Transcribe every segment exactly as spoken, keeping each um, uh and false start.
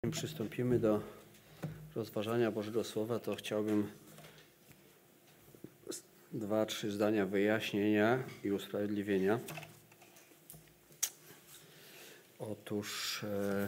zanim przystąpimy do rozważania Bożego Słowa, to chciałbym dwa, trzy zdania wyjaśnienia i usprawiedliwienia. Otóż e,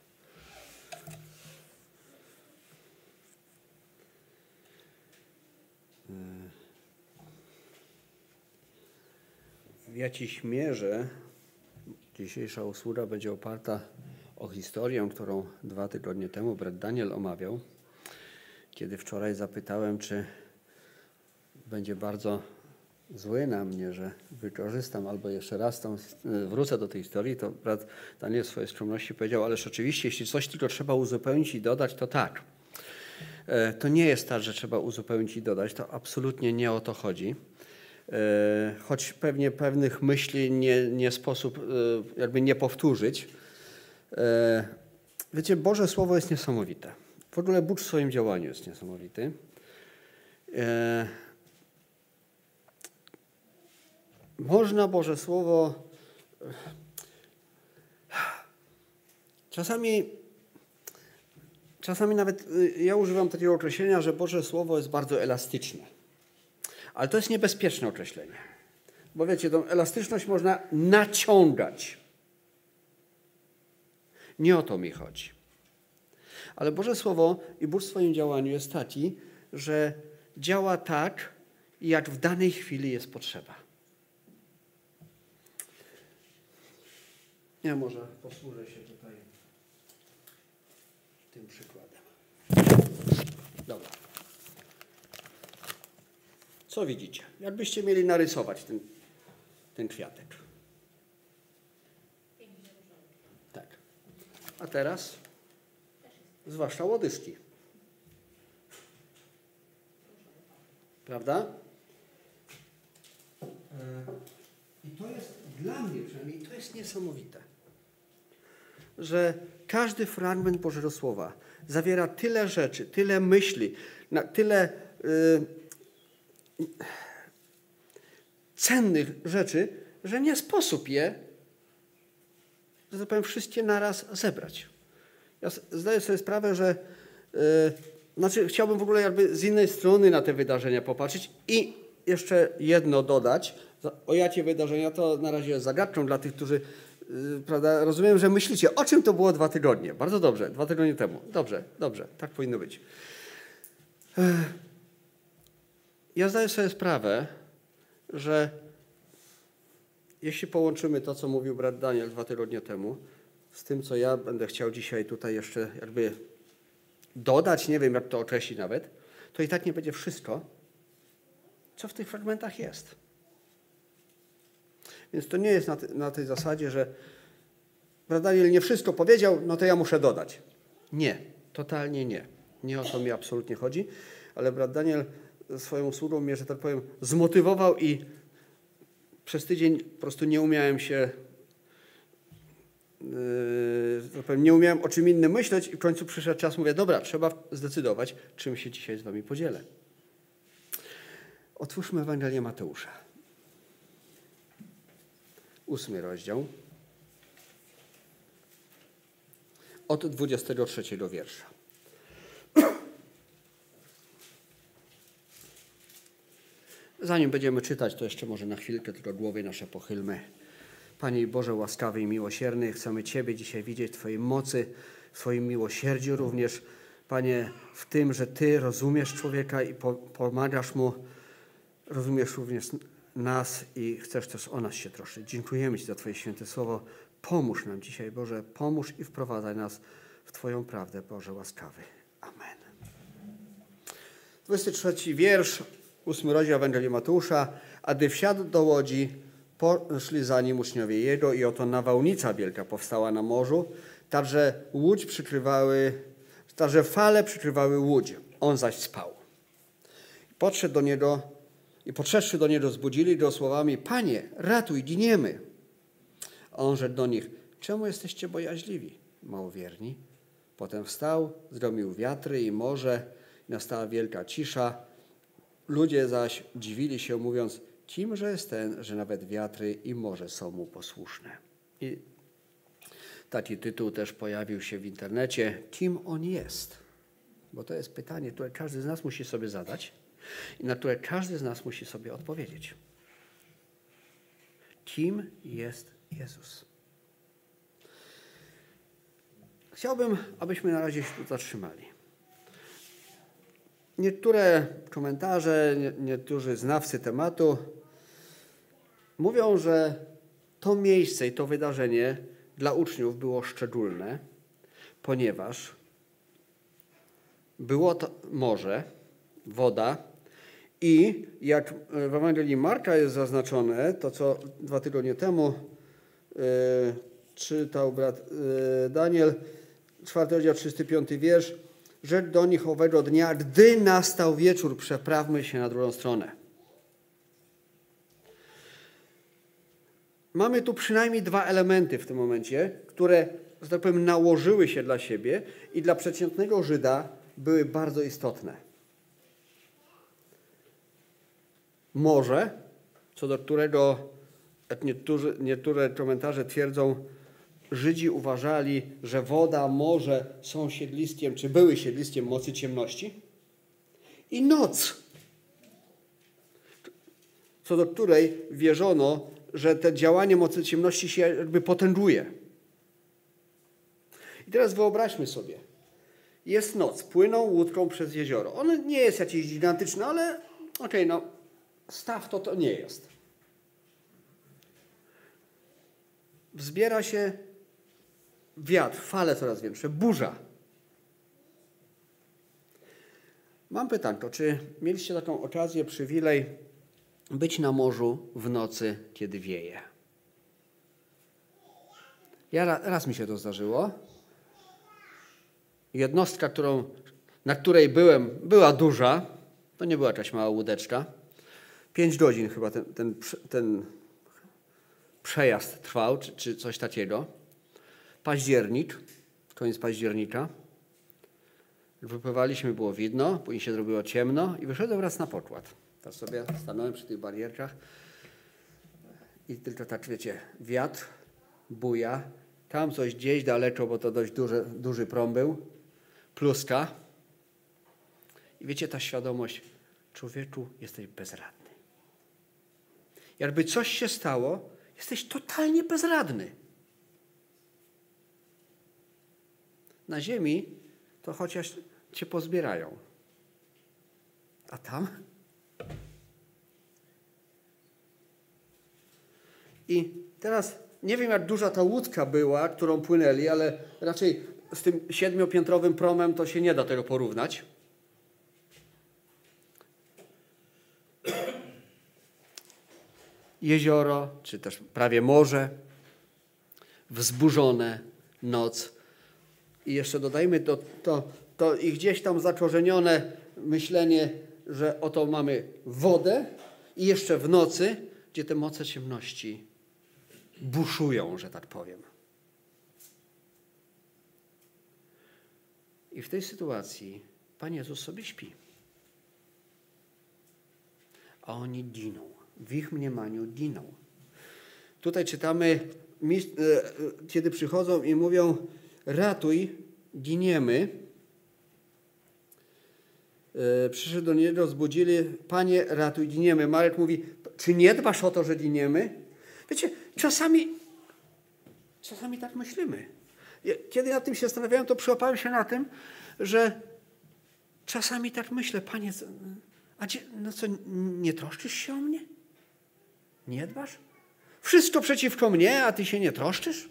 w jakiejś mierze dzisiejsza usługa będzie oparta o historię, którą dwa tygodnie temu brat Daniel omawiał, kiedy wczoraj zapytałem, czy będzie bardzo zły na mnie, że wykorzystam albo jeszcze raz tam wrócę do tej historii, to brat Daniel w swojej skromności powiedział, ależ oczywiście, jeśli coś tylko trzeba uzupełnić i dodać, to tak. To nie jest tak, że trzeba uzupełnić i dodać, to absolutnie nie o to chodzi. Choć pewnie pewnych myśli nie, nie sposób jakby nie powtórzyć. Wiecie, Boże Słowo jest niesamowite. W ogóle Bóg w swoim działaniu jest niesamowity. Można Boże Słowo czasami, czasami nawet ja używam takiego określenia, że Boże Słowo jest bardzo elastyczne. Ale to jest niebezpieczne określenie. Bo wiecie, tą elastyczność można naciągać. Nie o to mi chodzi. Ale Boże Słowo i Bóg w swoim działaniu jest taki, że działa tak, jak w danej chwili jest potrzeba. Ja może posłużę się tutaj tym przykładem. Dobra. Co widzicie? Jakbyście mieli narysować ten, ten kwiatek. Tak. A teraz? Zwłaszcza łodyżki. Prawda? I to jest dla mnie przynajmniej, to jest niesamowite, że każdy fragment Bożego Słowa zawiera tyle rzeczy, tyle myśli, tyle yy, cennych rzeczy, że nie sposób je, że tak powiem, wszystkie naraz zebrać. Ja zdaję sobie sprawę, że yy, znaczy chciałbym w ogóle jakby z innej strony na te wydarzenia popatrzeć i jeszcze jedno dodać. O jakie wydarzenia to na razie jest zagadką dla tych, którzy yy, prawda, rozumiem, że myślicie, o czym to było dwa tygodnie. Bardzo dobrze, dwa tygodnie temu. Dobrze, dobrze, tak powinno być. Yy. Ja zdaję sobie sprawę, że jeśli połączymy to, co mówił brat Daniel dwa tygodnie temu, z tym, co ja będę chciał dzisiaj tutaj jeszcze jakby dodać, nie wiem jak to określić nawet, to i tak nie będzie wszystko, co w tych fragmentach jest. Więc to nie jest na, te, na tej zasadzie, że brat Daniel nie wszystko powiedział, no to ja muszę dodać. Nie, totalnie nie. Nie o to mi absolutnie chodzi, ale brat Daniel swoją usługą mnie, że tak powiem, zmotywował i przez tydzień po prostu nie umiałem się, yy, tak powiem, nie umiałem o czym innym myśleć i w końcu przyszedł czas, mówię, dobra, trzeba zdecydować, czym się dzisiaj z wami podzielę. Otwórzmy Ewangelię Mateusza. Ósmy rozdział. Od dwudziestego trzeciego wiersza. Zanim będziemy czytać, to jeszcze może na chwilkę tylko głowy nasze pochylmy. Panie Boże łaskawy i miłosierny, chcemy Ciebie dzisiaj widzieć, Twojej mocy, w Twoim miłosierdziu również. Panie, w tym, że Ty rozumiesz człowieka i pomagasz mu, rozumiesz również nas i chcesz też o nas się troszczyć. Dziękujemy Ci za Twoje święte słowo. Pomóż nam dzisiaj, Boże, pomóż i wprowadzaj nas w Twoją prawdę, Boże łaskawy. Amen. dwudziesty trzeci wiersz, ósmy rozdział Ewangelii Mateusza. A gdy wsiadł do łodzi, poszli za nim uczniowie Jego i oto nawałnica wielka powstała na morzu, tak że łódź przykrywały, tak że fale przykrywały łódź. On zaś spał. Podszedł do Niego i podszedłszy do Niego zbudzili Go słowami, Panie, ratuj, giniemy. A on rzekł do nich, czemu jesteście bojaźliwi, małowierni? Potem wstał, zgromił wiatry i morze, i nastała wielka cisza. Ludzie zaś dziwili się, mówiąc, kimże jest ten, że nawet wiatry i morze są mu posłuszne. I Taki tytuł też pojawił się w internecie. Kim on jest? Bo to jest pytanie, które każdy z nas musi sobie zadać i na które każdy z nas musi sobie odpowiedzieć. Kim jest Jezus? Chciałbym, abyśmy na razie się tu zatrzymali. Niektóre komentarze, niektórzy znawcy tematu mówią, że to miejsce i to wydarzenie dla uczniów było szczególne, ponieważ było to morze, woda i jak w Ewangelii Marka jest zaznaczone, to co dwa tygodnie temu yy, czytał brat yy, Daniel, czwarty rozdział, trzydziesty piąty wiersz, rzekł do nich owego dnia, gdy nastał wieczór, przeprawmy się na drugą stronę. Mamy tu przynajmniej dwa elementy w tym momencie, które, że tak powiem, nałożyły się dla siebie i dla przeciętnego Żyda były bardzo istotne. Morze, co do którego, jak niektórzy, niektóre komentarze twierdzą, Żydzi uważali, że woda, morze są siedliskiem, czy były siedliskiem mocy ciemności. I noc, co do której wierzono, że to działanie mocy ciemności się jakby potęguje. I teraz wyobraźmy sobie, jest noc, płyną łódką przez jezioro. Ono nie jest jakieś gigantyczne, ale okej, okay, no staw to to nie jest. Wzbiera się wiatr, fale coraz większe, burza. Mam pytanko, czy mieliście taką okazję, przywilej być na morzu w nocy, kiedy wieje? Ja raz mi się to zdarzyło. Jednostka, którą, na której byłem, była duża. To nie była jakaś mała łódeczka. Pięć godzin chyba ten, ten, ten przejazd trwał, czy, czy coś takiego. Październik, koniec października. Wypływaliśmy, było widno, później się zrobiło ciemno i wyszedłem raz na pokład. Tak sobie stanąłem przy tych barierkach i tylko tak, wiecie, wiatr buja, tam coś gdzieś daleko, bo to dość duży, duży prom był, pluska. I wiecie, ta świadomość, człowieku, jesteś bezradny. Jakby coś się stało, jesteś totalnie bezradny. Na ziemi to chociaż cię pozbierają. A tam? I teraz nie wiem, jak duża ta łódka była, którą płynęli, ale raczej z tym siedmiopiętrowym promem to się nie da tego porównać. Jezioro, czy też prawie morze, wzburzone, noc. I jeszcze dodajmy to, to, to i gdzieś tam zakorzenione myślenie, że oto mamy wodę i jeszcze w nocy, gdzie te moce ciemności buszują, że tak powiem. I w tej sytuacji Pan Jezus sobie śpi. A oni giną. W ich mniemaniu giną. Tutaj czytamy, kiedy przychodzą i mówią, ratuj, giniemy. Przyszedł do niego, zbudzili, Panie, ratuj, giniemy. Marek mówi, czy nie dbasz o to, że giniemy? Wiecie, czasami, czasami tak myślimy. Kiedy nad tym się zastanawiałem, to przyłapałem się na tym, że czasami tak myślę, Panie, a gdzie, no co, nie troszczysz się o mnie? Nie dbasz? Wszystko przeciwko mnie, a Ty się nie troszczysz?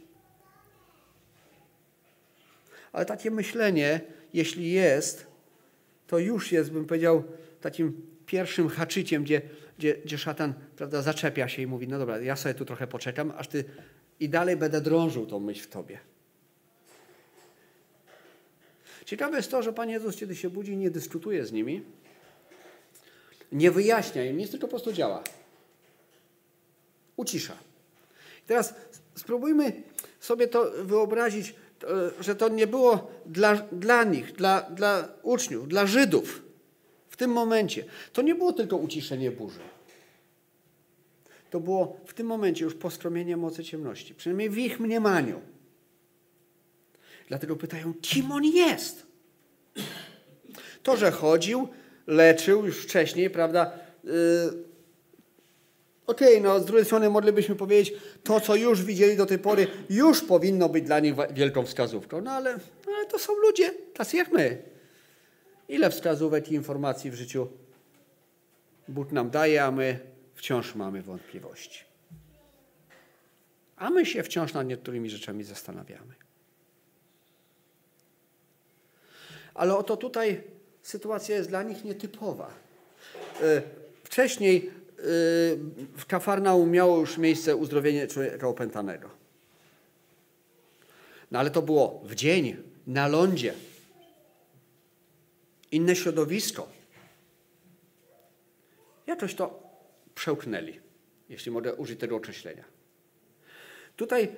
Ale takie myślenie, jeśli jest, to już jest, bym powiedział, takim pierwszym haczyciem, gdzie, gdzie, gdzie szatan, prawda, zaczepia się i mówi, no dobra, ja sobie tu trochę poczekam, aż ty i dalej będę drążył tą myśl w tobie. Ciekawe jest to, że Pan Jezus, kiedy się budzi, nie dyskutuje z nimi, nie wyjaśnia im nic, tylko po prostu działa. Ucisza. I teraz spróbujmy sobie to wyobrazić, że to nie było dla, dla nich, dla, dla uczniów, dla Żydów w tym momencie. To nie było tylko uciszenie burzy. To było w tym momencie już poskromienie mocy ciemności. Przynajmniej w ich mniemaniu. Dlatego pytają, kim on jest? To, że chodził, leczył już wcześniej, prawda? Yy, Okej, okay, no z drugiej strony moglibyśmy powiedzieć, to co już widzieli do tej pory, już powinno być dla nich wielką wskazówką. No ale, no ale to są ludzie, tacy jak my. Ile wskazówek i informacji w życiu Bóg nam daje, a my wciąż mamy wątpliwości. A my się wciąż nad niektórymi rzeczami zastanawiamy. Ale oto tutaj sytuacja jest dla nich nietypowa. Wcześniej w Kafarnaum miało już miejsce uzdrowienie człowieka opętanego. No ale to było w dzień, na lądzie. Inne środowisko. Jakoś to przełknęli, jeśli mogę użyć tego określenia. Tutaj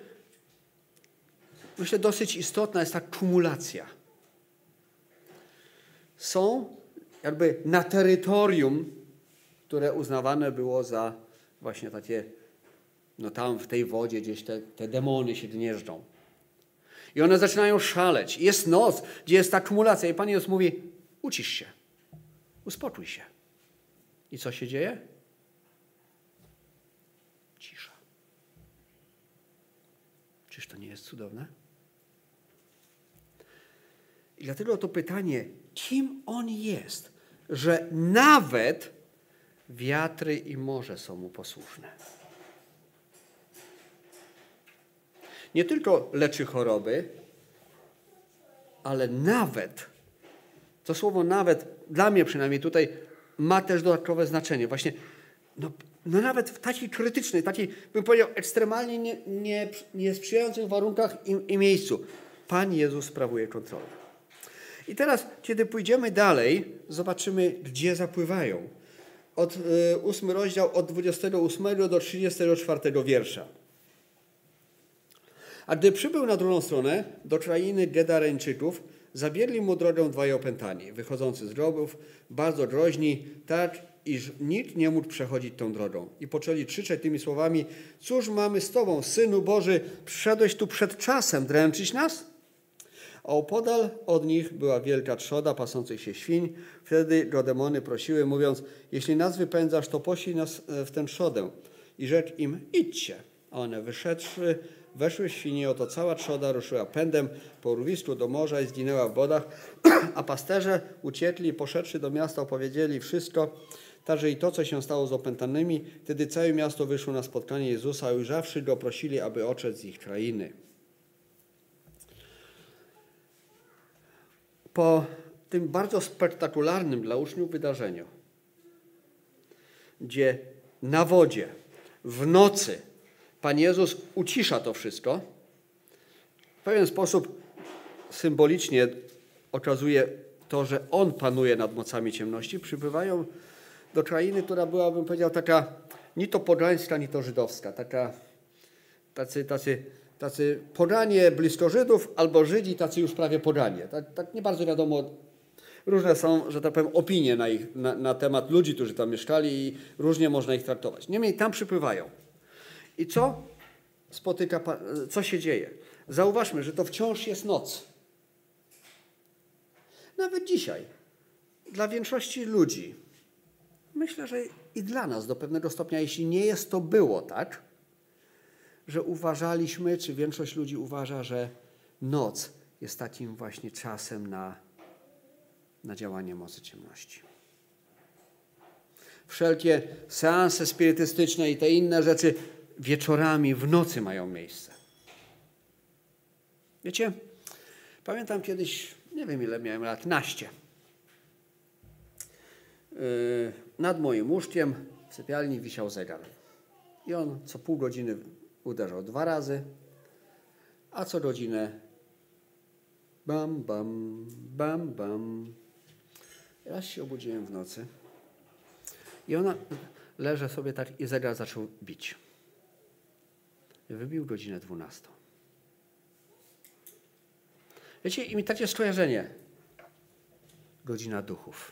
myślę dosyć istotna jest ta kumulacja. Są jakby na terytorium, które uznawane było za właśnie takie, no tam w tej wodzie gdzieś te, te demony się gnieżdżą. I one zaczynają szaleć. Jest noc, gdzie jest ta kumulacja i Pan Jezus mówi, ucisz się, uspokój się. I co się dzieje? Cisza. Czyż to nie jest cudowne? I dlatego to pytanie, kim On jest, że nawet wiatry i morze są Mu posłuszne. Nie tylko leczy choroby, ale nawet, to słowo nawet, dla mnie przynajmniej tutaj, ma też dodatkowe znaczenie. Właśnie, no, no nawet w takiej krytycznej, takiej, bym powiedział, ekstremalnie nie, nie, niesprzyjających warunkach i, i miejscu, Pan Jezus sprawuje kontrolę. I teraz, kiedy pójdziemy dalej, zobaczymy, gdzie zapływają. Od y, ósmy rozdział, od dwudziestego ósmego do trzydziestego czwartego wiersza. A gdy przybył na drugą stronę, do krainy Gedareńczyków, zabiegli mu drogę dwaj opętani, wychodzący z grobów, bardzo groźni, tak, iż nikt nie mógł przechodzić tą drogą. I poczęli krzyczeć tymi słowami, cóż mamy z Tobą, Synu Boży, przyszedłeś tu przed czasem dręczyć nas? A opodal od nich była wielka trzoda pasących się świń. Wtedy go demony prosiły, mówiąc, jeśli nas wypędzasz, to poślij nas w tę trzodę. I rzekł im, idźcie. A one wyszedłszy, weszły świnie, oto cała trzoda ruszyła pędem po urwisku do morza i zginęła w wodach, a pasterze uciekli, poszedłszy do miasta, opowiedzieli wszystko, także i to, co się stało z opętanymi. Wtedy całe miasto wyszło na spotkanie Jezusa, a ujrzawszy go, prosili, aby odszedł z ich krainy. Po tym bardzo spektakularnym dla uczniów wydarzeniu, gdzie na wodzie, w nocy Pan Jezus ucisza to wszystko, w pewien sposób symbolicznie okazuje to, że On panuje nad mocami ciemności, przybywają do krainy, która była, bym powiedział, taka ni to pogańska, ni to żydowska, taka, tacy, tacy, tacy poganie blisko Żydów, albo Żydzi tacy już prawie poganie. Tak, tak nie bardzo wiadomo, różne są, że tak powiem, opinie na, ich, na, na temat ludzi, którzy tam mieszkali i różnie można ich traktować. Niemniej tam przypływają. I co spotyka, co się dzieje? Zauważmy, że to wciąż jest noc. Nawet dzisiaj, dla większości ludzi, myślę, że i dla nas do pewnego stopnia, jeśli nie jest to było tak, że uważaliśmy, czy większość ludzi uważa, że noc jest takim właśnie czasem na, na działanie mocy ciemności. Wszelkie seanse spirytystyczne i te inne rzeczy wieczorami, w nocy mają miejsce. Wiecie, pamiętam kiedyś, nie wiem ile miałem lat, naście. Yy, nad moim łóżkiem w sypialni wisiał zegar. I on co pół godziny uderzał dwa razy, a co godzinę bam, bam, bam, bam. Raz się obudziłem w nocy i ona leży sobie tak i zegar zaczął bić. Wybił godzinę dwunastą. Wiecie, i mi takie skojarzenie. Godzina duchów.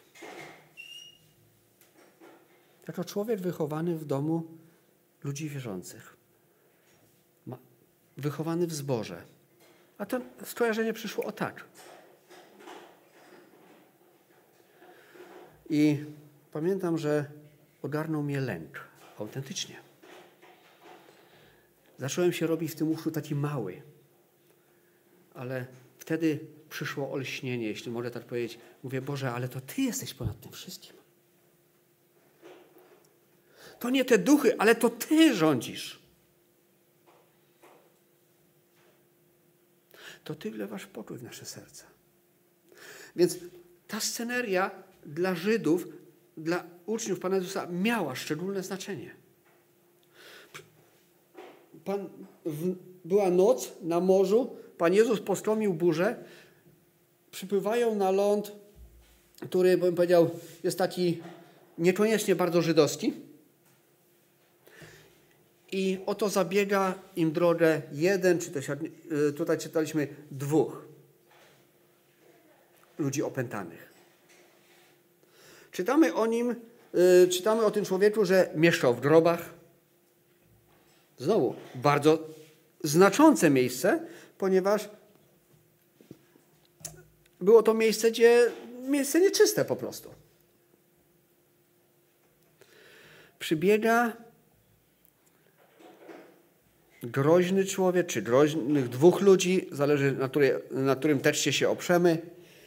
Jako człowiek wychowany w domu ludzi wierzących. Wychowany w zborze. A to skojarzenie przyszło o tak. I pamiętam, że ogarnął mnie lęk. Autentycznie. Zacząłem się robić w tym łóżku taki mały. Ale wtedy przyszło olśnienie, jeśli mogę tak powiedzieć. Mówię, Boże, ale to Ty jesteś ponad tym wszystkim. To nie te duchy, ale to Ty rządzisz. To Ty wlewasz pokój w nasze serca. Więc ta sceneria dla Żydów, dla uczniów Pana Jezusa miała szczególne znaczenie. Pan, w, była noc na morzu, Pan Jezus postłomił burzę, przypływają na ląd, który, bym powiedział, jest taki niekoniecznie bardzo żydowski. I oto zabiega im drogę jeden, czy też tutaj czytaliśmy dwóch ludzi opętanych. Czytamy o nim, yy, czytamy o tym człowieku, że mieszkał w grobach. Znowu, bardzo znaczące miejsce, ponieważ było to miejsce, gdzie miejsce nieczyste po prostu. Przybiega groźny człowiek, czy groźnych dwóch ludzi, zależy na, której, na którym tekście się oprzemy,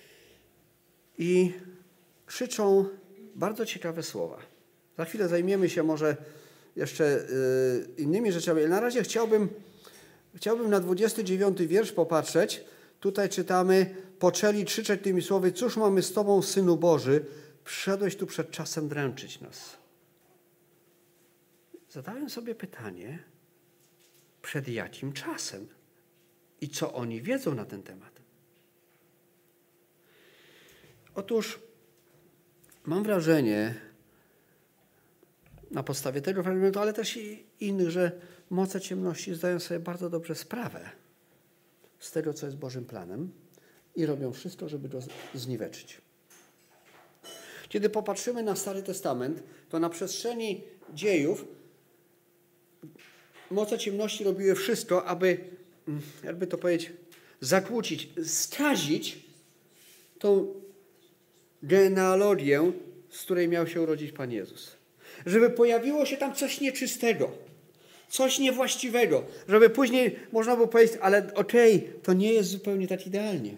i krzyczą bardzo ciekawe słowa. Za chwilę zajmiemy się może jeszcze y, innymi rzeczami. Na razie chciałbym, chciałbym na dwudziesty dziewiąty wiersz popatrzeć. Tutaj czytamy, poczęli krzyczeć tymi słowy, cóż mamy z Tobą, Synu Boży, przyszedłeś tu przed czasem dręczyć nas. Zadałem sobie pytanie, przed jakim czasem i co oni wiedzą na ten temat. Otóż mam wrażenie, na podstawie tego fragmentu, ale też i innych, że moce ciemności zdają sobie bardzo dobrze sprawę z tego, co jest Bożym planem i robią wszystko, żeby go zniweczyć. Kiedy popatrzymy na Stary Testament, to na przestrzeni dziejów moce ciemności robiły wszystko, aby, jakby to powiedzieć, zakłócić, skazić tą genealogię, z której miał się urodzić Pan Jezus. Żeby pojawiło się tam coś nieczystego, coś niewłaściwego, żeby później można było powiedzieć, ale okej, okay, to nie jest zupełnie tak idealnie.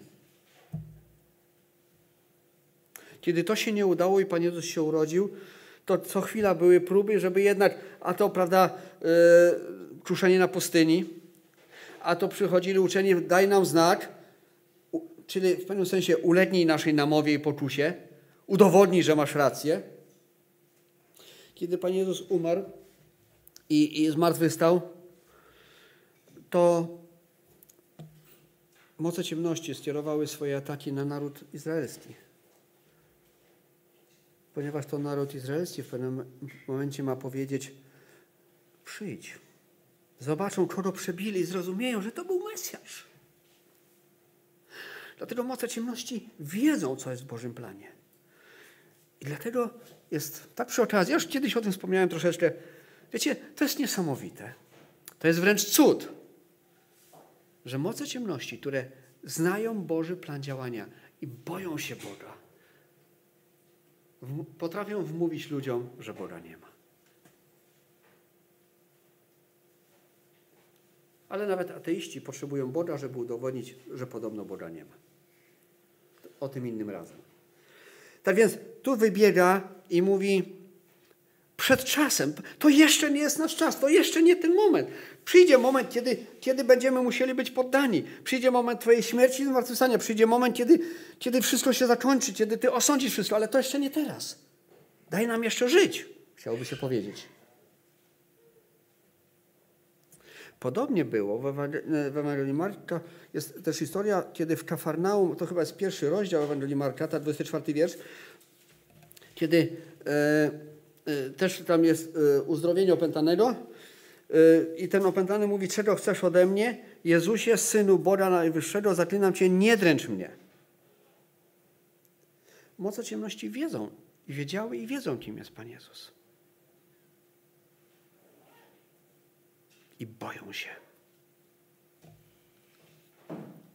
Kiedy to się nie udało i Pan Jezus się urodził, to co chwila były próby, żeby jednak, a to, prawda, yy, kuszenie na pustyni, a to przychodzili uczeni, daj nam znak, u, czyli w pewnym sensie ulegnij naszej namowie i pokusie, udowodnij, że masz rację. Kiedy Pan Jezus umarł i, i zmartwychwstał, to moce ciemności skierowały swoje ataki na naród izraelski. Ponieważ to naród izraelski w pewnym momencie ma powiedzieć, przyjdź. Zobaczą, kogo przebili i zrozumieją, że to był Mesjasz. Dlatego moce ciemności wiedzą, co jest w Bożym planie. I dlatego jest, tak przy okazji, ja już kiedyś o tym wspomniałem troszeczkę, wiecie, to jest niesamowite. To jest wręcz cud, że moce ciemności, które znają Boży plan działania i boją się Boga, w, potrafią wmówić ludziom, że Boga nie ma. Ale nawet ateiści potrzebują Boga, żeby udowodnić, że podobno Boga nie ma. O tym innym razem. Tak więc tu wybiega i mówi, przed czasem, to jeszcze nie jest nasz czas, to jeszcze nie ten moment. Przyjdzie moment, kiedy, kiedy będziemy musieli być poddani. Przyjdzie moment Twojej śmierci i zmartwychwstania. Przyjdzie moment, kiedy, kiedy wszystko się zakończy, kiedy Ty osądzisz wszystko, ale to jeszcze nie teraz. Daj nam jeszcze żyć, chciałoby się powiedzieć. Podobnie było w Ewangelii Marka. Jest też historia, kiedy w Kafarnaum, to chyba jest pierwszy rozdział Ewangelii Marka, ta dwudziesty czwarty wiersz, kiedy e, e, też tam jest e, uzdrowienie opętanego e, i ten opętany mówi, czego chcesz ode mnie? Jezusie, Synu Boga Najwyższego, zaklinam Cię, nie dręcz mnie. Moce ciemności wiedzą i wiedziały i wiedzą, kim jest Pan Jezus. I boją się.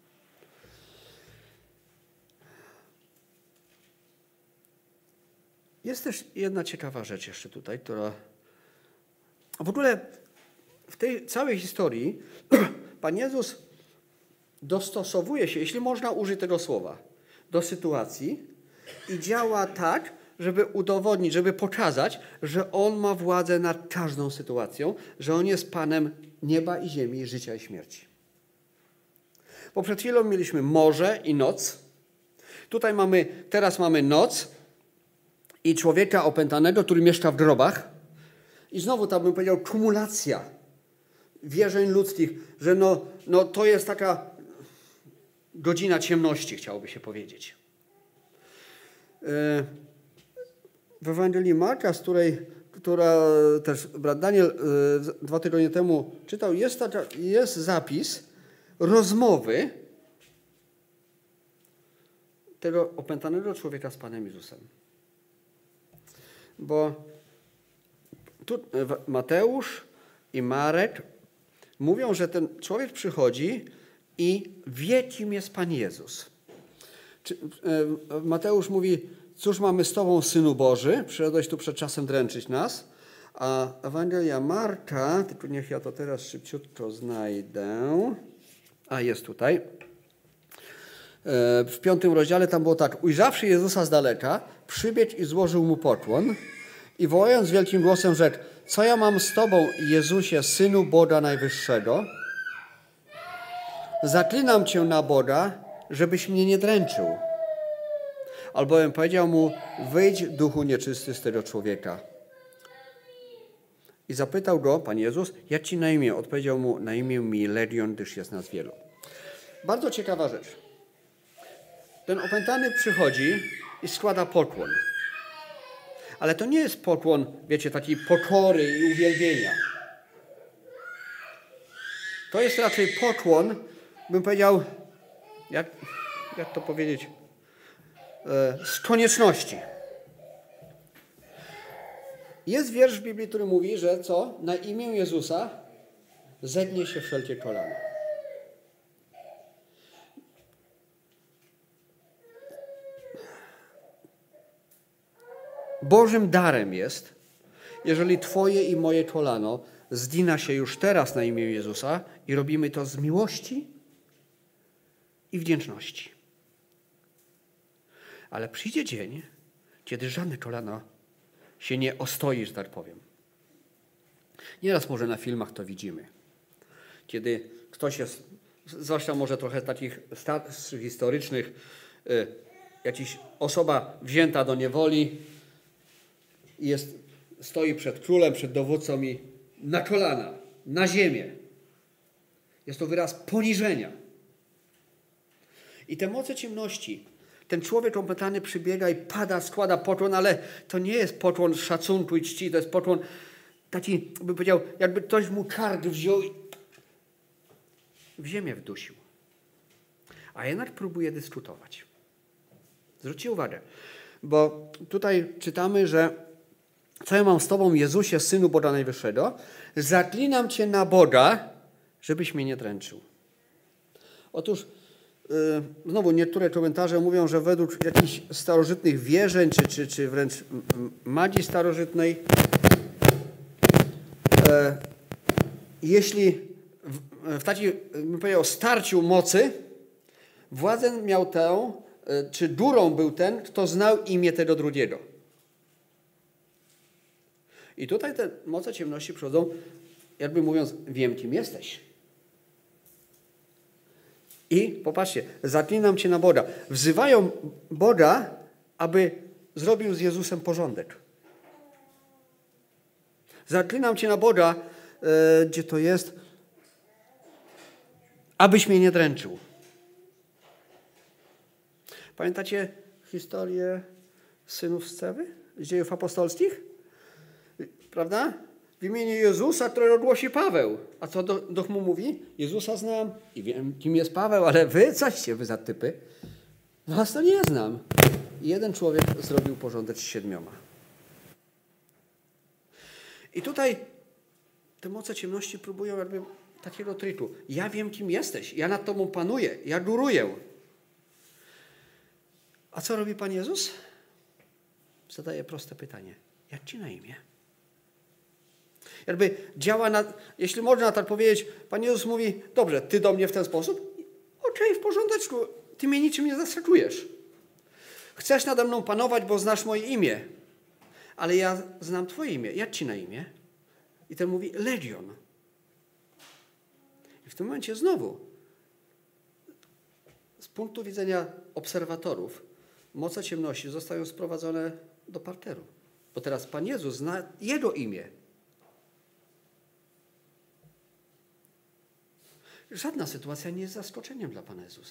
jest też jedna ciekawa rzecz jeszcze tutaj, która w ogóle w tej całej historii Pan Jezus dostosowuje się, jeśli można użyć tego słowa, do sytuacji i działa tak, żeby udowodnić, żeby pokazać, że On ma władzę nad każdą sytuacją, że On jest Panem nieba i ziemi, życia i śmierci. Bo przed chwilą mieliśmy morze i noc. Tutaj mamy, teraz mamy noc i człowieka opętanego, który mieszka w grobach. I znowu tam bym powiedział kumulacja wierzeń ludzkich, że no, no to jest taka godzina ciemności, chciałoby się powiedzieć. W Ewangelii Marka, z której, która też brat Daniel dwa tygodnie temu czytał, jest, taka, jest zapis rozmowy tego opętanego człowieka z Panem Jezusem. Bo tu Mateusz i Marek mówią, że ten człowiek przychodzi i wie, kim jest Pan Jezus. Mateusz mówi, cóż mamy z Tobą, Synu Boży? Przyszedłeś tu przed czasem dręczyć nas. A Ewangelia Marka, tylko niech ja to teraz szybciutko znajdę. A, jest tutaj. W piątym rozdziale tam było tak. Ujrzawszy Jezusa z daleka, przybiegł i złożył Mu pokłon i wołając wielkim głosem rzekł, co ja mam z Tobą, Jezusie, Synu Boga Najwyższego? Zaklinam Cię na Boga, żebyś mnie nie dręczył. Albowiem powiedział mu, wyjdź duchu nieczysty z tego człowieka. I zapytał go Pan Jezus, jak ci na imię? Odpowiedział mu, na imię mi Legion, gdyż jest nas wielu. Bardzo ciekawa rzecz. Ten opętany przychodzi i składa pokłon. Ale to nie jest pokłon, wiecie, takiej pokory i uwielbienia. To jest raczej pokłon, bym powiedział, jak, jak to powiedzieć, e, z konieczności. Jest wiersz w Biblii, który mówi, że co? Na imię Jezusa zegnie się wszelkie kolano. Bożym darem jest, jeżeli Twoje i moje kolano zgina się już teraz na imię Jezusa i robimy to z miłości i wdzięczności. Ale przyjdzie dzień, kiedy żadne kolano się nie ostoi, że tak powiem. Nieraz może na filmach to widzimy. Kiedy ktoś jest, zwłaszcza może trochę takich starszych, historycznych, y, jakaś osoba wzięta do niewoli i jest, stoi przed królem, przed dowódcą i na kolana, na ziemię. Jest to wyraz poniżenia. I te moce ciemności, ten człowiek opętany przybiega i pada, składa pokłon, ale to nie jest pokłon szacunku i czci, to jest pokłon taki, bym powiedział, jakby ktoś mu kark wziął i w ziemię wdusił. A jednak próbuje dyskutować. Zwróćcie uwagę, bo tutaj czytamy, że co ja mam z Tobą, Jezusie, Synu Boga Najwyższego? Zaklinam Cię na Boga, żebyś mnie nie dręczył. Otóż yy, znowu niektóre komentarze mówią, że według jakichś starożytnych wierzeń, czy, czy, czy wręcz magii starożytnej, yy, jeśli w, w takim, bym powiedział, starciu mocy władzę miał tę, yy, czy górą był ten, kto znał imię tego drugiego. I tutaj te moce ciemności przychodzą, jakby mówiąc, wiem, kim jesteś. I popatrzcie, zaklinam Cię na Boga. Wzywają Boga, aby zrobił z Jezusem porządek. Zaklinam Cię na Boga, e, gdzie to jest, abyś mnie nie dręczył. Pamiętacie historię synów Scewy z Dziejów Apostolskich? Prawda? W imieniu Jezusa, którego głosi Paweł. A co Duch mu mówi? Jezusa znam i wiem, kim jest Paweł, ale wy, coście wy za typy? Was to nie znam. I jeden człowiek zrobił porządek z siedmioma. I tutaj te moce ciemności próbują jakby takiego triku. Ja wiem, kim jesteś. Ja nad Tobą panuję. Ja góruję. A co robi Pan Jezus? zadaje proste pytanie. Jak ci na imię? Jakby działa, na, jeśli można tak powiedzieć, Pan Jezus mówi, dobrze, ty do mnie w ten sposób? Okej, w porządeczku, ty mnie niczym nie zaskakujesz. Chcesz nade mną panować, bo znasz moje imię, ale ja znam twoje imię. Jak ci na imię? I ten mówi, Legion. I w tym momencie znowu, z punktu widzenia obserwatorów, moce ciemności zostają sprowadzone do parteru. Bo teraz Pan Jezus zna jego imię. Żadna sytuacja nie jest zaskoczeniem dla Pana Jezusa.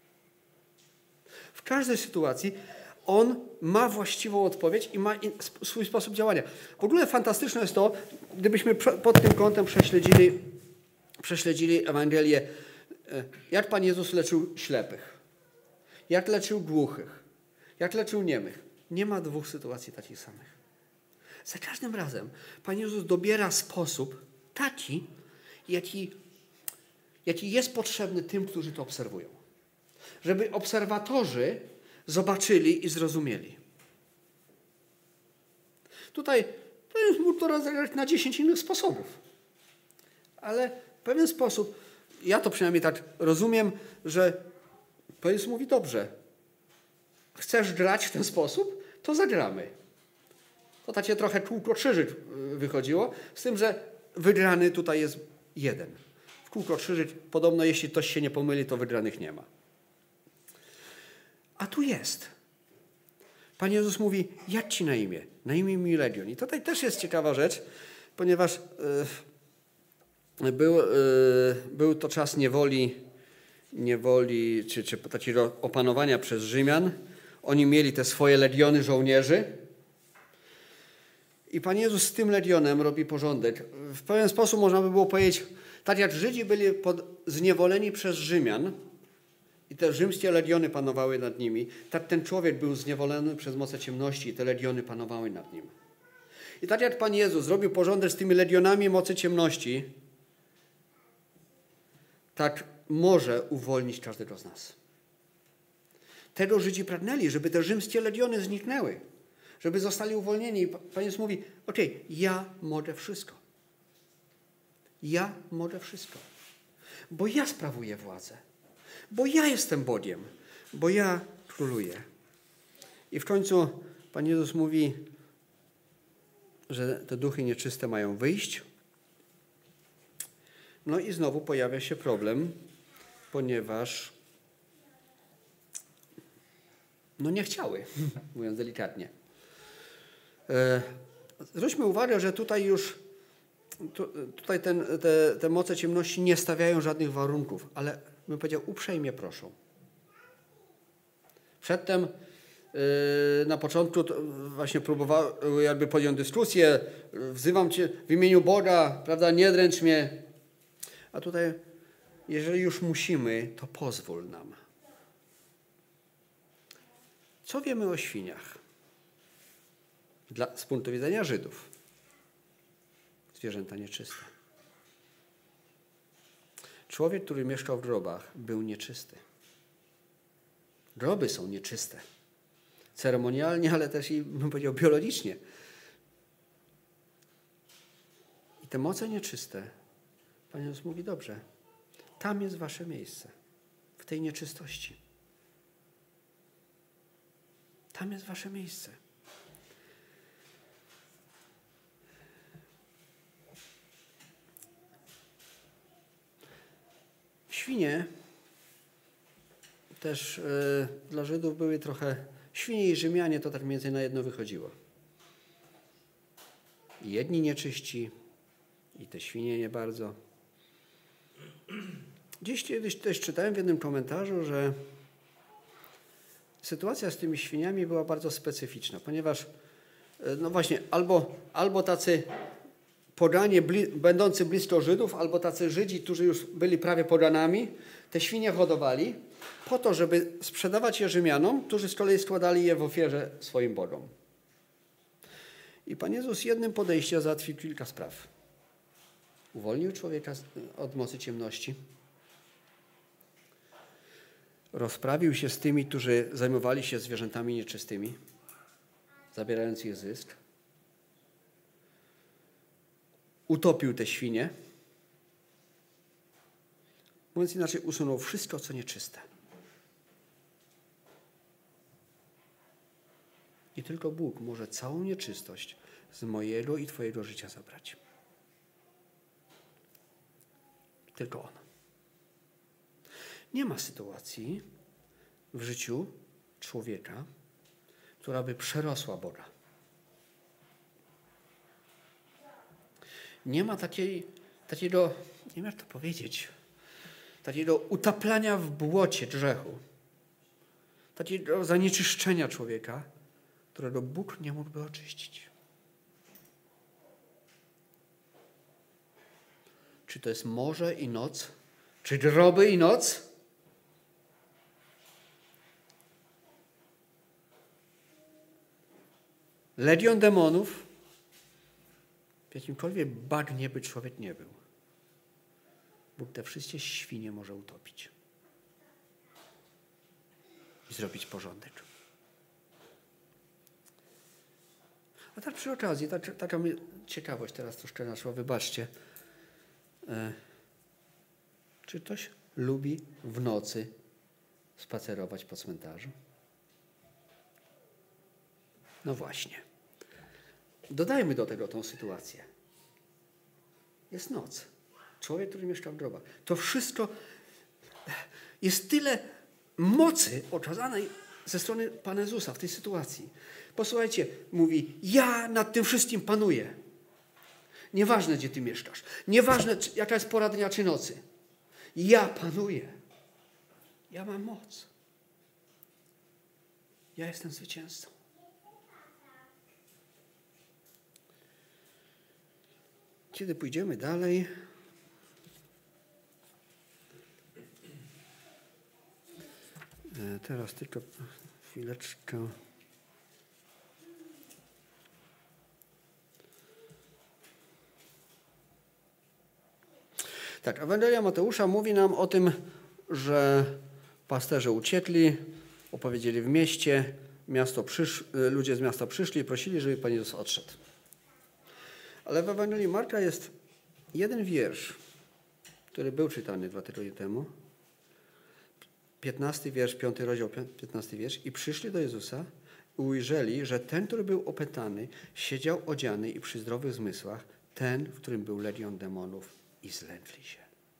W każdej sytuacji On ma właściwą odpowiedź i ma swój sposób działania. W ogóle fantastyczne jest to, gdybyśmy pod tym kątem prześledzili, prześledzili Ewangelię, jak Pan Jezus leczył ślepych, jak leczył głuchych, jak leczył niemych. Nie ma dwóch sytuacji takich samych. Za każdym razem Pan Jezus dobiera sposób taki, jaki, jaki jest potrzebny tym, którzy to obserwują. Żeby obserwatorzy zobaczyli i zrozumieli. Tutaj mógł to rozegrać na dziesięć innych sposobów. Ale w pewien sposób, ja to przynajmniej tak rozumiem, że Pan Jezus mówi, dobrze, chcesz grać w ten sposób, to zagramy. To takie trochę kółko krzyżyk wychodziło, z tym, że wygrany tutaj jest jeden. W kółko krzyżyk podobno, jeśli ktoś się nie pomyli, to wygranych nie ma. A tu jest. Pan Jezus mówi, jak ci na imię? Na imię mi Legion. I tutaj też jest ciekawa rzecz, ponieważ yy, był, yy, był to czas niewoli, niewoli czy, czy takiego opanowania przez Rzymian. Oni mieli te swoje legiony żołnierzy. I Pan Jezus z tym legionem robi porządek. W pewien sposób można by było powiedzieć, tak jak Żydzi byli pod, zniewoleni przez Rzymian i te rzymskie legiony panowały nad nimi, tak ten człowiek był zniewolony przez moce ciemności i te legiony panowały nad nim. I tak jak Pan Jezus zrobił porządek z tymi legionami mocy ciemności, tak może uwolnić każdego z nas. Tego Żydzi pragnęli, żeby te rzymskie legiony zniknęły, żeby zostali uwolnieni. I Pan Jezus mówi, okej, okay, ja mogę wszystko. Ja mogę wszystko. Bo ja sprawuję władzę. Bo ja jestem Bogiem. Bo ja króluję. I w końcu Pan Jezus mówi, że te duchy nieczyste mają wyjść. No i znowu pojawia się problem, ponieważ no nie chciały, mówiąc delikatnie. Zwróćmy uwagę, że tutaj już tu, tutaj ten, te, te moce ciemności nie stawiają żadnych warunków, ale bym powiedział, uprzejmie proszą. Przedtem yy, na początku właśnie próbowały jakby podjąć dyskusję, wzywam Cię w imieniu Boga, prawda, nie dręcz mnie. A tutaj, jeżeli już musimy, to pozwól nam. Co wiemy o świniach? Dla, z punktu widzenia Żydów. Zwierzęta nieczyste. Człowiek, który mieszkał w grobach, był nieczysty. Groby są nieczyste. Ceremonialnie, ale też i, bym powiedział, biologicznie. I te moce nieczyste, Pan Jezus mówi, dobrze, tam jest wasze miejsce. W tej nieczystości. Tam jest wasze miejsce. Świnie też y, dla Żydów były trochę, świnie i Rzymianie to tak mniej więcej na jedno wychodziło. I jedni nieczyści, i te świnie nie bardzo. Dziś kiedyś też czytałem w jednym komentarzu, że sytuacja z tymi świniami była bardzo specyficzna, ponieważ no właśnie albo, albo tacy poganie bli, będący blisko Żydów, albo tacy Żydzi, którzy już byli prawie poganami, te świnie hodowali po to, żeby sprzedawać je Rzymianom, którzy z kolei składali je w ofierze swoim bogom. I Pan Jezus jednym podejściem załatwił kilka spraw. Uwolnił człowieka od mocy ciemności. Rozprawił się z tymi, którzy zajmowali się zwierzętami nieczystymi. zabierając ich zysk. Utopił te świnie. Mówiąc inaczej, usunął wszystko, co nieczyste. I tylko Bóg może całą nieczystość z mojego i twojego życia zabrać. Tylko On. Nie ma sytuacji w życiu człowieka, która by przerosła Boga. Nie ma takiej, takiego, nie wiem jak to powiedzieć, takiego utaplania w błocie grzechu, takiego zanieczyszczenia człowieka, którego Bóg nie mógłby oczyścić. Czy to jest morze i noc? Czy groby i noc? Legion demonów? W jakimkolwiek bagnie by człowiek nie był. Bóg te wszystkie świnie może utopić. I zrobić porządek. A tak przy okazji, tak, taka mi ciekawość teraz troszkę naszła, wybaczcie. E, czy ktoś lubi w nocy spacerować po cmentarzu? No właśnie. Dodajmy do tego tą sytuację. Jest noc. Człowiek, który mieszka w grobach. To wszystko jest tyle mocy okazanej ze strony Pana Jezusa w tej sytuacji. Posłuchajcie, mówi, ja nad tym wszystkim panuję. Nieważne, gdzie ty mieszkasz. Nieważne, jaka jest pora dnia czy nocy. Ja panuję. Ja mam moc. Ja jestem zwycięzcą. Kiedy pójdziemy dalej, teraz tylko chwileczkę. Tak, Ewangelia Mateusza mówi nam o tym, że pasterze uciekli, opowiedzieli w mieście, miasto przysz, ludzie z miasta przyszli i prosili, żeby Pan Jezus odszedł. Ale w Ewangelii Marka jest jeden wiersz, który był czytany dwa tygodnie temu. piętnasty wiersz, piąty rozdział, piętnasty wiersz. I przyszli do Jezusa i ujrzeli, że ten, który był opętany, siedział odziany i przy zdrowych zmysłach, ten, w którym był legion demonów, i zlękli się.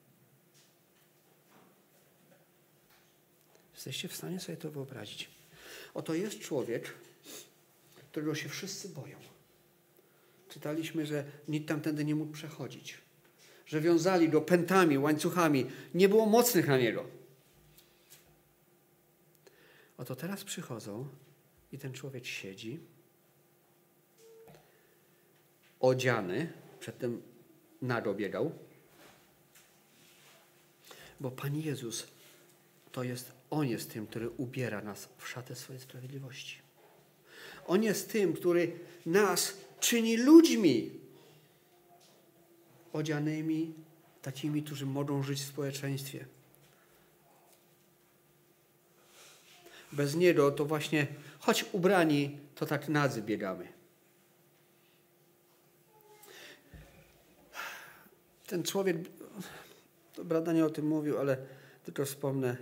Jesteście w stanie sobie to wyobrazić? Oto jest człowiek, którego się wszyscy boją. Czytaliśmy, że nikt tamtędy nie mógł przechodzić. Że wiązali go pętami, łańcuchami. Nie było mocnych na niego. Oto teraz przychodzą i ten człowiek siedzi, odziany, przedtem nago biegał, bo Pan Jezus to jest, On jest tym, który ubiera nas w szatę swojej sprawiedliwości. On jest tym, który nas czyni ludźmi odzianymi, takimi, którzy mogą żyć w społeczeństwie. Bez Niego to właśnie, choć ubrani, to tak nadzy biegamy. Ten człowiek, brat Daniel o tym mówił, ale tylko wspomnę.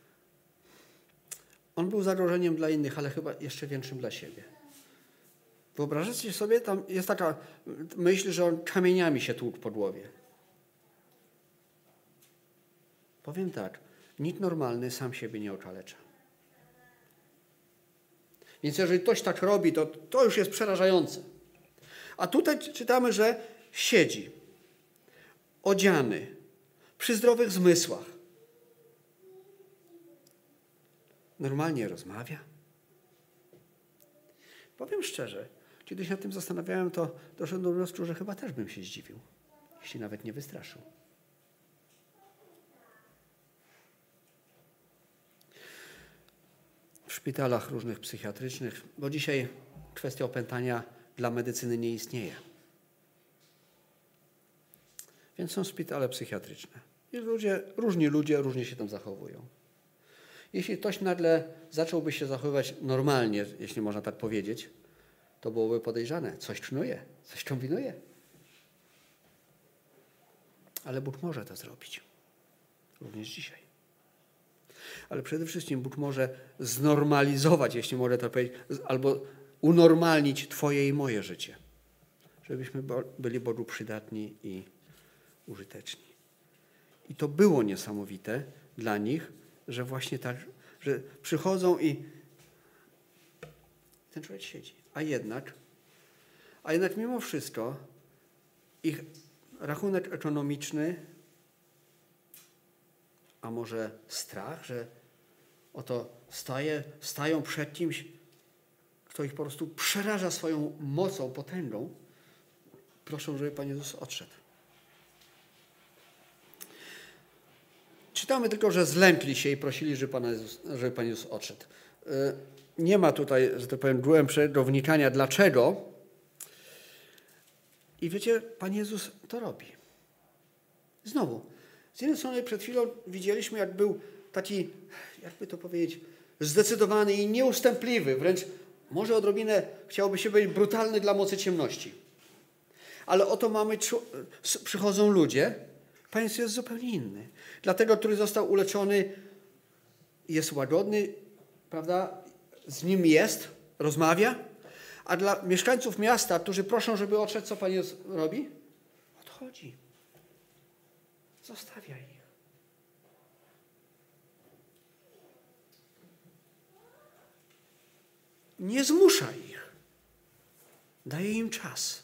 On był zagrożeniem dla innych, ale chyba jeszcze większym dla siebie. Wyobrażacie sobie, tam jest taka myśl, że on kamieniami się tłukł po głowie. Powiem tak, nikt normalny sam siebie nie okalecza. Więc jeżeli ktoś tak robi, to, to już jest przerażające. A tutaj czytamy, że siedzi, odziany, przy zdrowych zmysłach. Normalnie rozmawia. Powiem szczerze, kiedy się nad tym zastanawiałem, to doszedłem do wniosku, że chyba też bym się zdziwił, jeśli nawet nie wystraszył. W szpitalach różnych psychiatrycznych, bo dzisiaj kwestia opętania dla medycyny nie istnieje. Więc są szpitale psychiatryczne. I ludzie, różni ludzie różnie się tam zachowują. Jeśli ktoś nagle zacząłby się zachowywać normalnie, jeśli można tak powiedzieć, to byłoby podejrzane. Coś knuje, coś kombinuje. Ale Bóg może to zrobić. Również dzisiaj. Ale przede wszystkim Bóg może znormalizować, jeśli mogę to powiedzieć, albo unormalnić twoje i moje życie. Żebyśmy byli Bogu przydatni i użyteczni. I to było niesamowite dla nich, że właśnie tak, że przychodzą i ten człowiek siedzi. A jednak, a jednak mimo wszystko ich rachunek ekonomiczny, a może strach, że oto staje, stają przed kimś, kto ich po prostu przeraża swoją mocą, potęgą, proszą, żeby Pan Jezus odszedł. Czytamy tylko, że zlękli się i prosili, żeby Pan Jezus, żeby Pan Jezus odszedł. Nie ma tutaj, że tak powiem, głębszego wnikania dlaczego. I wiecie, Pan Jezus to robi. Znowu, z jednej strony przed chwilą widzieliśmy, jak był taki, jakby to powiedzieć, zdecydowany i nieustępliwy, wręcz może odrobinę chciałoby się być brutalny dla mocy ciemności. Ale oto mamy, przychodzą ludzie, Pan Jezus jest zupełnie inny. Dlatego, który został uleczony, jest łagodny, prawda, z nim jest, rozmawia, a dla mieszkańców miasta, którzy proszą, żeby odszedł, co Pan Jezus robi? Odchodzi. Zostawia ich. Nie zmusza ich. Daje im czas.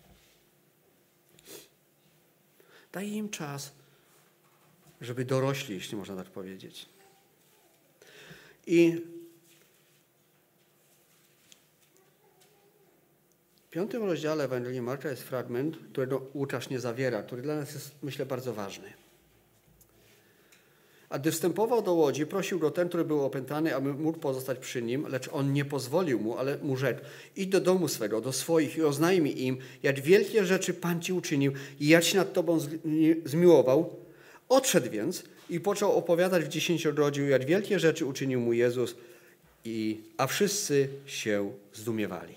Daje im czas, żeby dorośli, jeśli można tak powiedzieć. I w piątym rozdziale Ewangelii Marka jest fragment, którego Łukasz nie zawiera, który dla nas jest, myślę, bardzo ważny. A gdy wstępował do łodzi, prosił go ten, który był opętany, aby mógł pozostać przy nim, lecz on nie pozwolił mu, ale mu rzekł: idź do domu swego, do swoich i oznajmij im, jak wielkie rzeczy Pan ci uczynił i jak się nad tobą zmiłował. Odszedł więc i począł opowiadać w dziesięciogrodziu, jak wielkie rzeczy uczynił mu Jezus, i, a wszyscy się zdumiewali.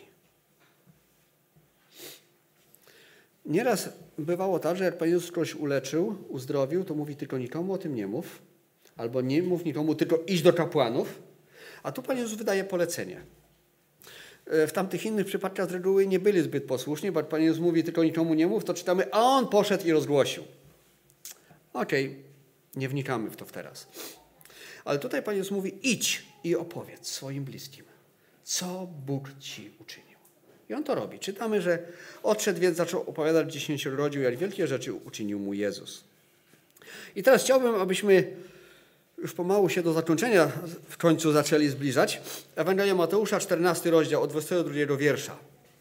Nieraz bywało tak, że jak Pan Jezus kogoś uleczył, uzdrowił, to mówi: tylko nikomu o tym nie mów, albo nie mów nikomu, tylko idź do kapłanów. A tu Pan Jezus wydaje polecenie. W tamtych innych przypadkach z reguły nie byli zbyt posłuszni, bo jak Pan Jezus mówi: tylko nikomu nie mów, to czytamy: a on poszedł i rozgłosił. Okej, okay, nie wnikamy w to teraz. Ale tutaj Pan Jezus mówi: idź i opowiedz swoim bliskim, co Bóg ci uczynił. I on to robi. Czytamy, że odszedł, więc zaczął opowiadać w dziesięciogrodziu, jak wielkie rzeczy uczynił mu Jezus. I teraz chciałbym, abyśmy już pomału się do zakończenia w końcu zaczęli zbliżać. Ewangelia Mateusza, czternasty rozdział, od dwudziestego drugiego wiersza.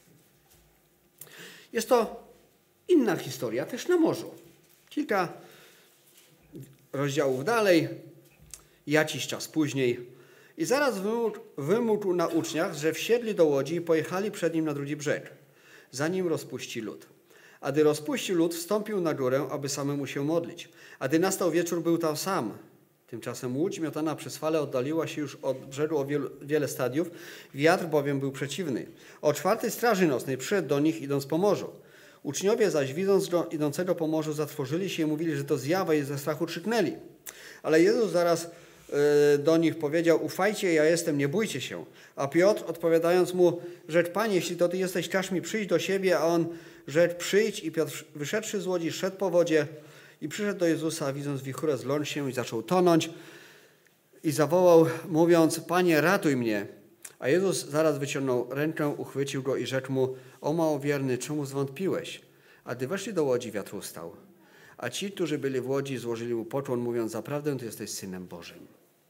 Jest to inna historia, też na morzu. Kilka rozdziałów dalej, jakiś czas później. I zaraz wymógł, wymógł na uczniach, że wsiedli do łodzi i pojechali przed nim na drugi brzeg, zanim rozpuści lud. A gdy rozpuścił lud, wstąpił na górę, aby samemu się modlić. A gdy nastał wieczór, był tam sam. Tymczasem łódź miotana przez fale oddaliła się już od brzegu o wielu, wiele stadiów, wiatr bowiem był przeciwny. O czwartej straży nocnej przyszedł do nich, idąc po morzu. Uczniowie zaś, widząc go idącego po morzu, zatrwożyli się i mówili, że to zjawa, i ze strachu krzyknęli. Ale Jezus zaraz do nich powiedział: ufajcie, ja jestem, nie bójcie się. A Piotr, odpowiadając mu, rzekł: Panie, jeśli to Ty jesteś, każ mi przyjść do siebie. A on rzekł: przyjdź. I Piotr, wyszedłszy z łodzi, szedł po wodzie i przyszedł do Jezusa, a widząc wichurę, zląkł się i zaczął tonąć. I zawołał, mówiąc: Panie, ratuj mnie. A Jezus zaraz wyciągnął rękę, uchwycił go i rzekł mu: o małowierny, czemu zwątpiłeś? A gdy weszli do łodzi, wiatr ustał. A ci, którzy byli w łodzi, złożyli mu pokłon, mówiąc: zaprawdę Ty jesteś Synem Bożym.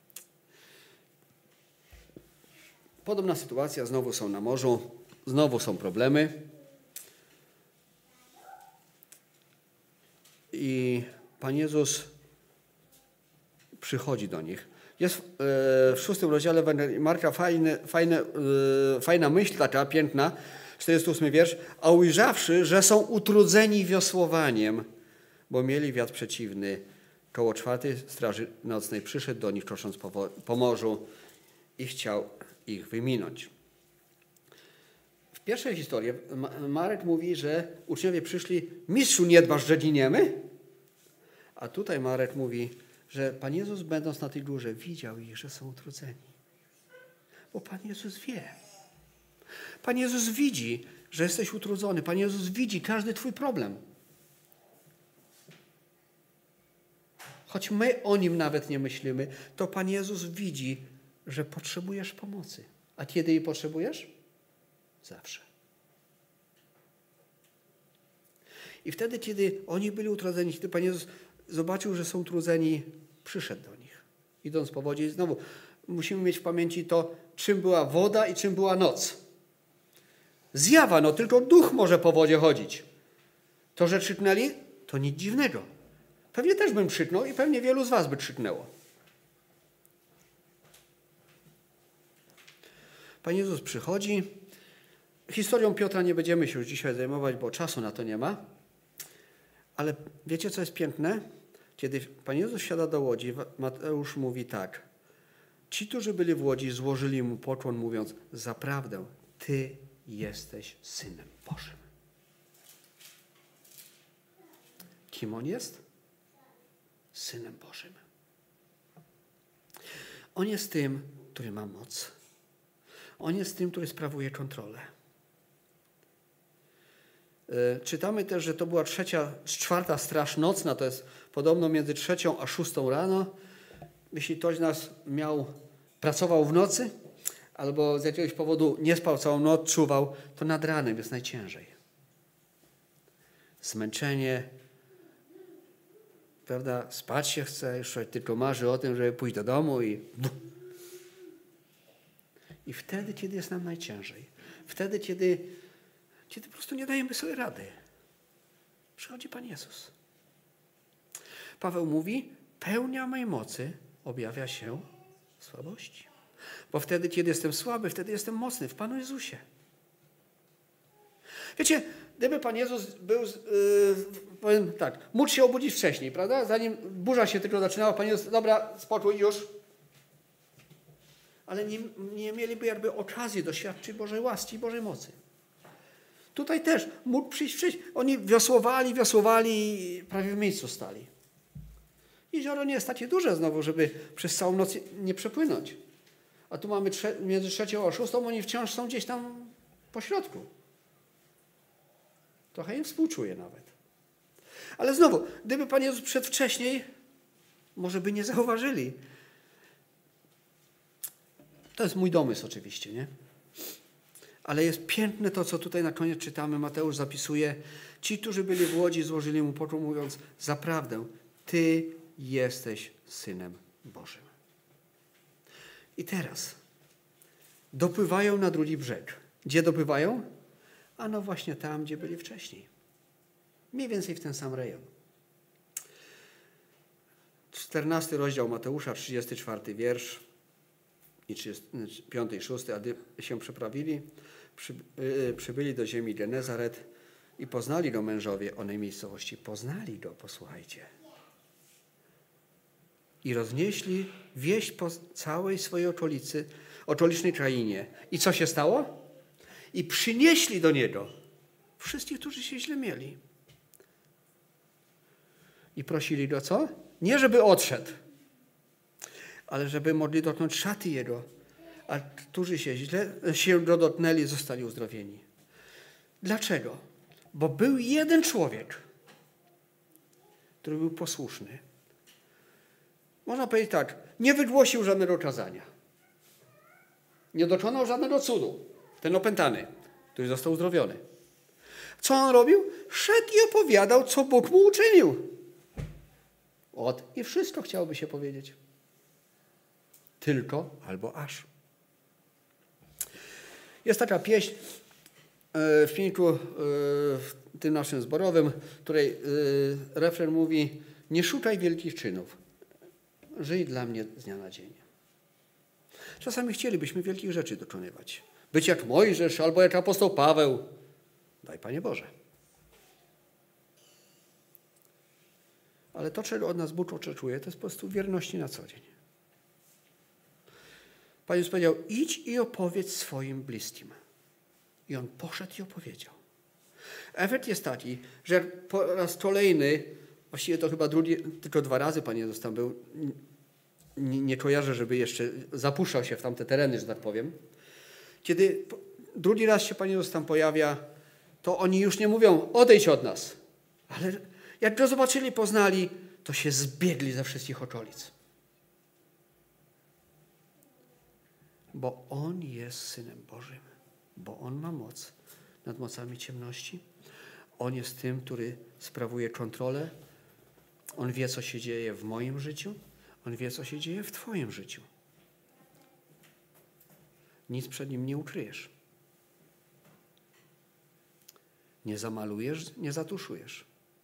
Podobna sytuacja, znowu są na morzu, znowu są problemy. I Pan Jezus przychodzi do nich. Jest w szóstym rozdziale Marka fajne, fajne, fajna myśl, taka piękna, czterdziesty ósmy wiersz. A ujrzawszy, że są utrudzeni wiosłowaniem, bo mieli wiatr przeciwny, koło czwartej straży nocnej przyszedł do nich, krocząc po, po morzu, i chciał ich wyminąć. W Pierwsza historia. Marek mówi, że uczniowie przyszli, mistrzu, nie dbasz, że giniemy? A tutaj Marek mówi, że Pan Jezus, będąc na tej górze, widział ich, że są utrudzeni. Bo Pan Jezus wie. Pan Jezus widzi, że jesteś utrudzony. Pan Jezus widzi każdy twój problem. Choć my o Nim nawet nie myślimy, to Pan Jezus widzi, że potrzebujesz pomocy. A kiedy jej potrzebujesz? Zawsze. I wtedy, kiedy oni byli utrudzeni, kiedy Pan Jezus zobaczył, że są utrudzeni, przyszedł do nich. Idąc po wodzie. I znowu musimy mieć w pamięci to, czym była woda i czym była noc. Zjawa, no tylko duch może po wodzie chodzić. To, że krzyknęli, to nic dziwnego. Pewnie też bym krzyknął i pewnie wielu z was by krzyknęło. Pan Jezus przychodzi. Historią Piotra nie będziemy się już dzisiaj zajmować, bo czasu na to nie ma. Ale wiecie, co jest piękne? Kiedy Pan Jezus wsiada do łodzi, Mateusz mówi tak. Ci, którzy byli w łodzi, złożyli Mu pokłon, mówiąc, zaprawdę, Ty jesteś Synem Bożym. Kim On jest? Synem Bożym. On jest tym, który ma moc. On jest tym, który sprawuje kontrolę. Czytamy też, że to była trzecia, czwarta straż nocna, to jest podobno między trzecią a szóstą rano. Jeśli ktoś z nas miał, pracował w nocy albo z jakiegoś powodu nie spał całą noc, czuwał, to nad ranem jest najciężej. Zmęczenie, prawda, spać się chce, już tylko marzy o tym, żeby pójść do domu i... I wtedy, kiedy jest nam najciężej, wtedy, kiedy, kiedy po prostu nie dajemy sobie rady, przychodzi Pan Jezus. Paweł mówi, pełnia mej mocy objawia się w słabości. Bo wtedy, kiedy jestem słaby, wtedy jestem mocny w Panu Jezusie. Wiecie, gdyby Pan Jezus był, yy, powiem tak, mógł się obudzić wcześniej, prawda? Zanim burza się tylko zaczynała, Pan Jezus, dobra, spokój już. Ale nie, nie mieliby jakby okazji doświadczyć Bożej łaski i Bożej mocy. Tutaj też mógł przyjść wcześniej. Oni wiosłowali, wiosłowali i prawie w miejscu stali. Jezioro nie jest takie duże znowu, żeby przez całą noc nie przepłynąć. A tu mamy trze- między trzecią a szóstą, oni wciąż są gdzieś tam po środku. Trochę im współczuję nawet. Ale znowu, gdyby Pan Jezus przyszedł wcześniej, może by nie zauważyli. To jest mój domysł oczywiście, nie? Ale jest piękne to, co tutaj na koniec czytamy. Mateusz zapisuje. Ci, którzy byli w łodzi, złożyli Mu pokłon, mówiąc, zaprawdę, Ty jesteś Synem Bożym. I teraz dopływają na drugi brzeg. Gdzie dopływają? A no właśnie tam, gdzie byli wcześniej. Mniej więcej w ten sam rejon. czternasty rozdział Mateusza, trzydziesty czwarty wiersz i trzydziesty piąty i szósty, a gdy się przeprawili, przy, yy, przybyli do ziemi Genezaret i poznali go mężowie onej miejscowości. Poznali go, posłuchajcie. I roznieśli wieść po całej swojej okolicy, okolicznej krainie. I co się stało? I przynieśli do niego wszystkich, którzy się źle mieli. I prosili go co? Nie, żeby odszedł, ale żeby mogli dotknąć szaty jego. A którzy się źle się go dotknęli, zostali uzdrowieni. Dlaczego? Bo był jeden człowiek, który był posłuszny. Można powiedzieć tak, nie wygłosił żadnego kazania. Nie dokonał żadnego cudu. Ten opętany, który został uzdrowiony. Co on robił? Szedł i opowiadał, co Bóg mu uczynił. Ot, i wszystko chciałoby się powiedzieć. Tylko albo aż. Jest taka pieśń w filmiku w tym naszym zborowym, której refren mówi: nie szukaj wielkich czynów. Żyj dla mnie z dnia na dzień. Czasami chcielibyśmy wielkich rzeczy dokonywać. Być jak Mojżesz albo jak apostoł Paweł. Daj, Panie Boże. Ale to, czego od nas Bóg oczekuje, to jest po prostu wierności na co dzień. Pan Jezus powiedział, idź i opowiedz swoim bliskim. I on poszedł i opowiedział. Efekt jest taki, że po raz kolejny, właściwie to chyba drugi, tylko dwa razy Pan Jezus tam był, nie, nie kojarzę, żeby jeszcze zapuszczał się w tamte tereny, że tak powiem. Kiedy drugi raz się Pan Jezus tam pojawia, to oni już nie mówią, odejdź od nas. Ale jak go zobaczyli, poznali, to się zbiegli ze wszystkich okolic. Bo On jest Synem Bożym. Bo On ma moc nad mocami ciemności. On jest tym, który sprawuje kontrolę. On wie, co się dzieje w moim życiu. On wie, co się dzieje w Twoim życiu. Nic przed Nim nie ukryjesz. Nie zamalujesz, nie zatuszujesz.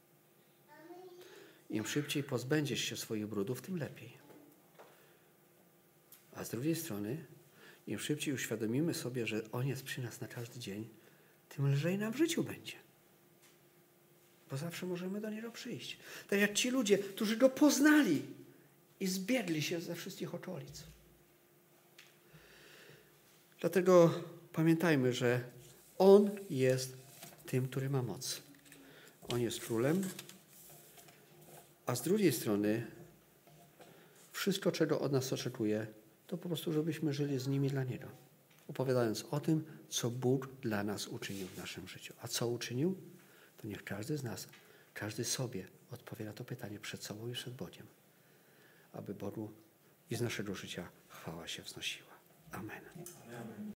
Im szybciej pozbędziesz się swoich brudów, tym lepiej. A z drugiej strony, im szybciej uświadomimy sobie, że On jest przy nas na każdy dzień, tym lżej nam w życiu będzie. Bo zawsze możemy do Niego przyjść. Tak jak ci ludzie, którzy Go poznali i zbiegli się ze wszystkich okolic. Dlatego pamiętajmy, że On jest tym, który ma moc. On jest królem, a z drugiej strony wszystko, czego od nas oczekuje, to po prostu, żebyśmy żyli z Nim i dla Niego. Opowiadając o tym, co Bóg dla nas uczynił w naszym życiu. A co uczynił? To niech każdy z nas, każdy sobie odpowie na to pytanie przed sobą i przed Bogiem. Aby Bogu i z naszego życia chwała się wznosiła. Amen. Amen.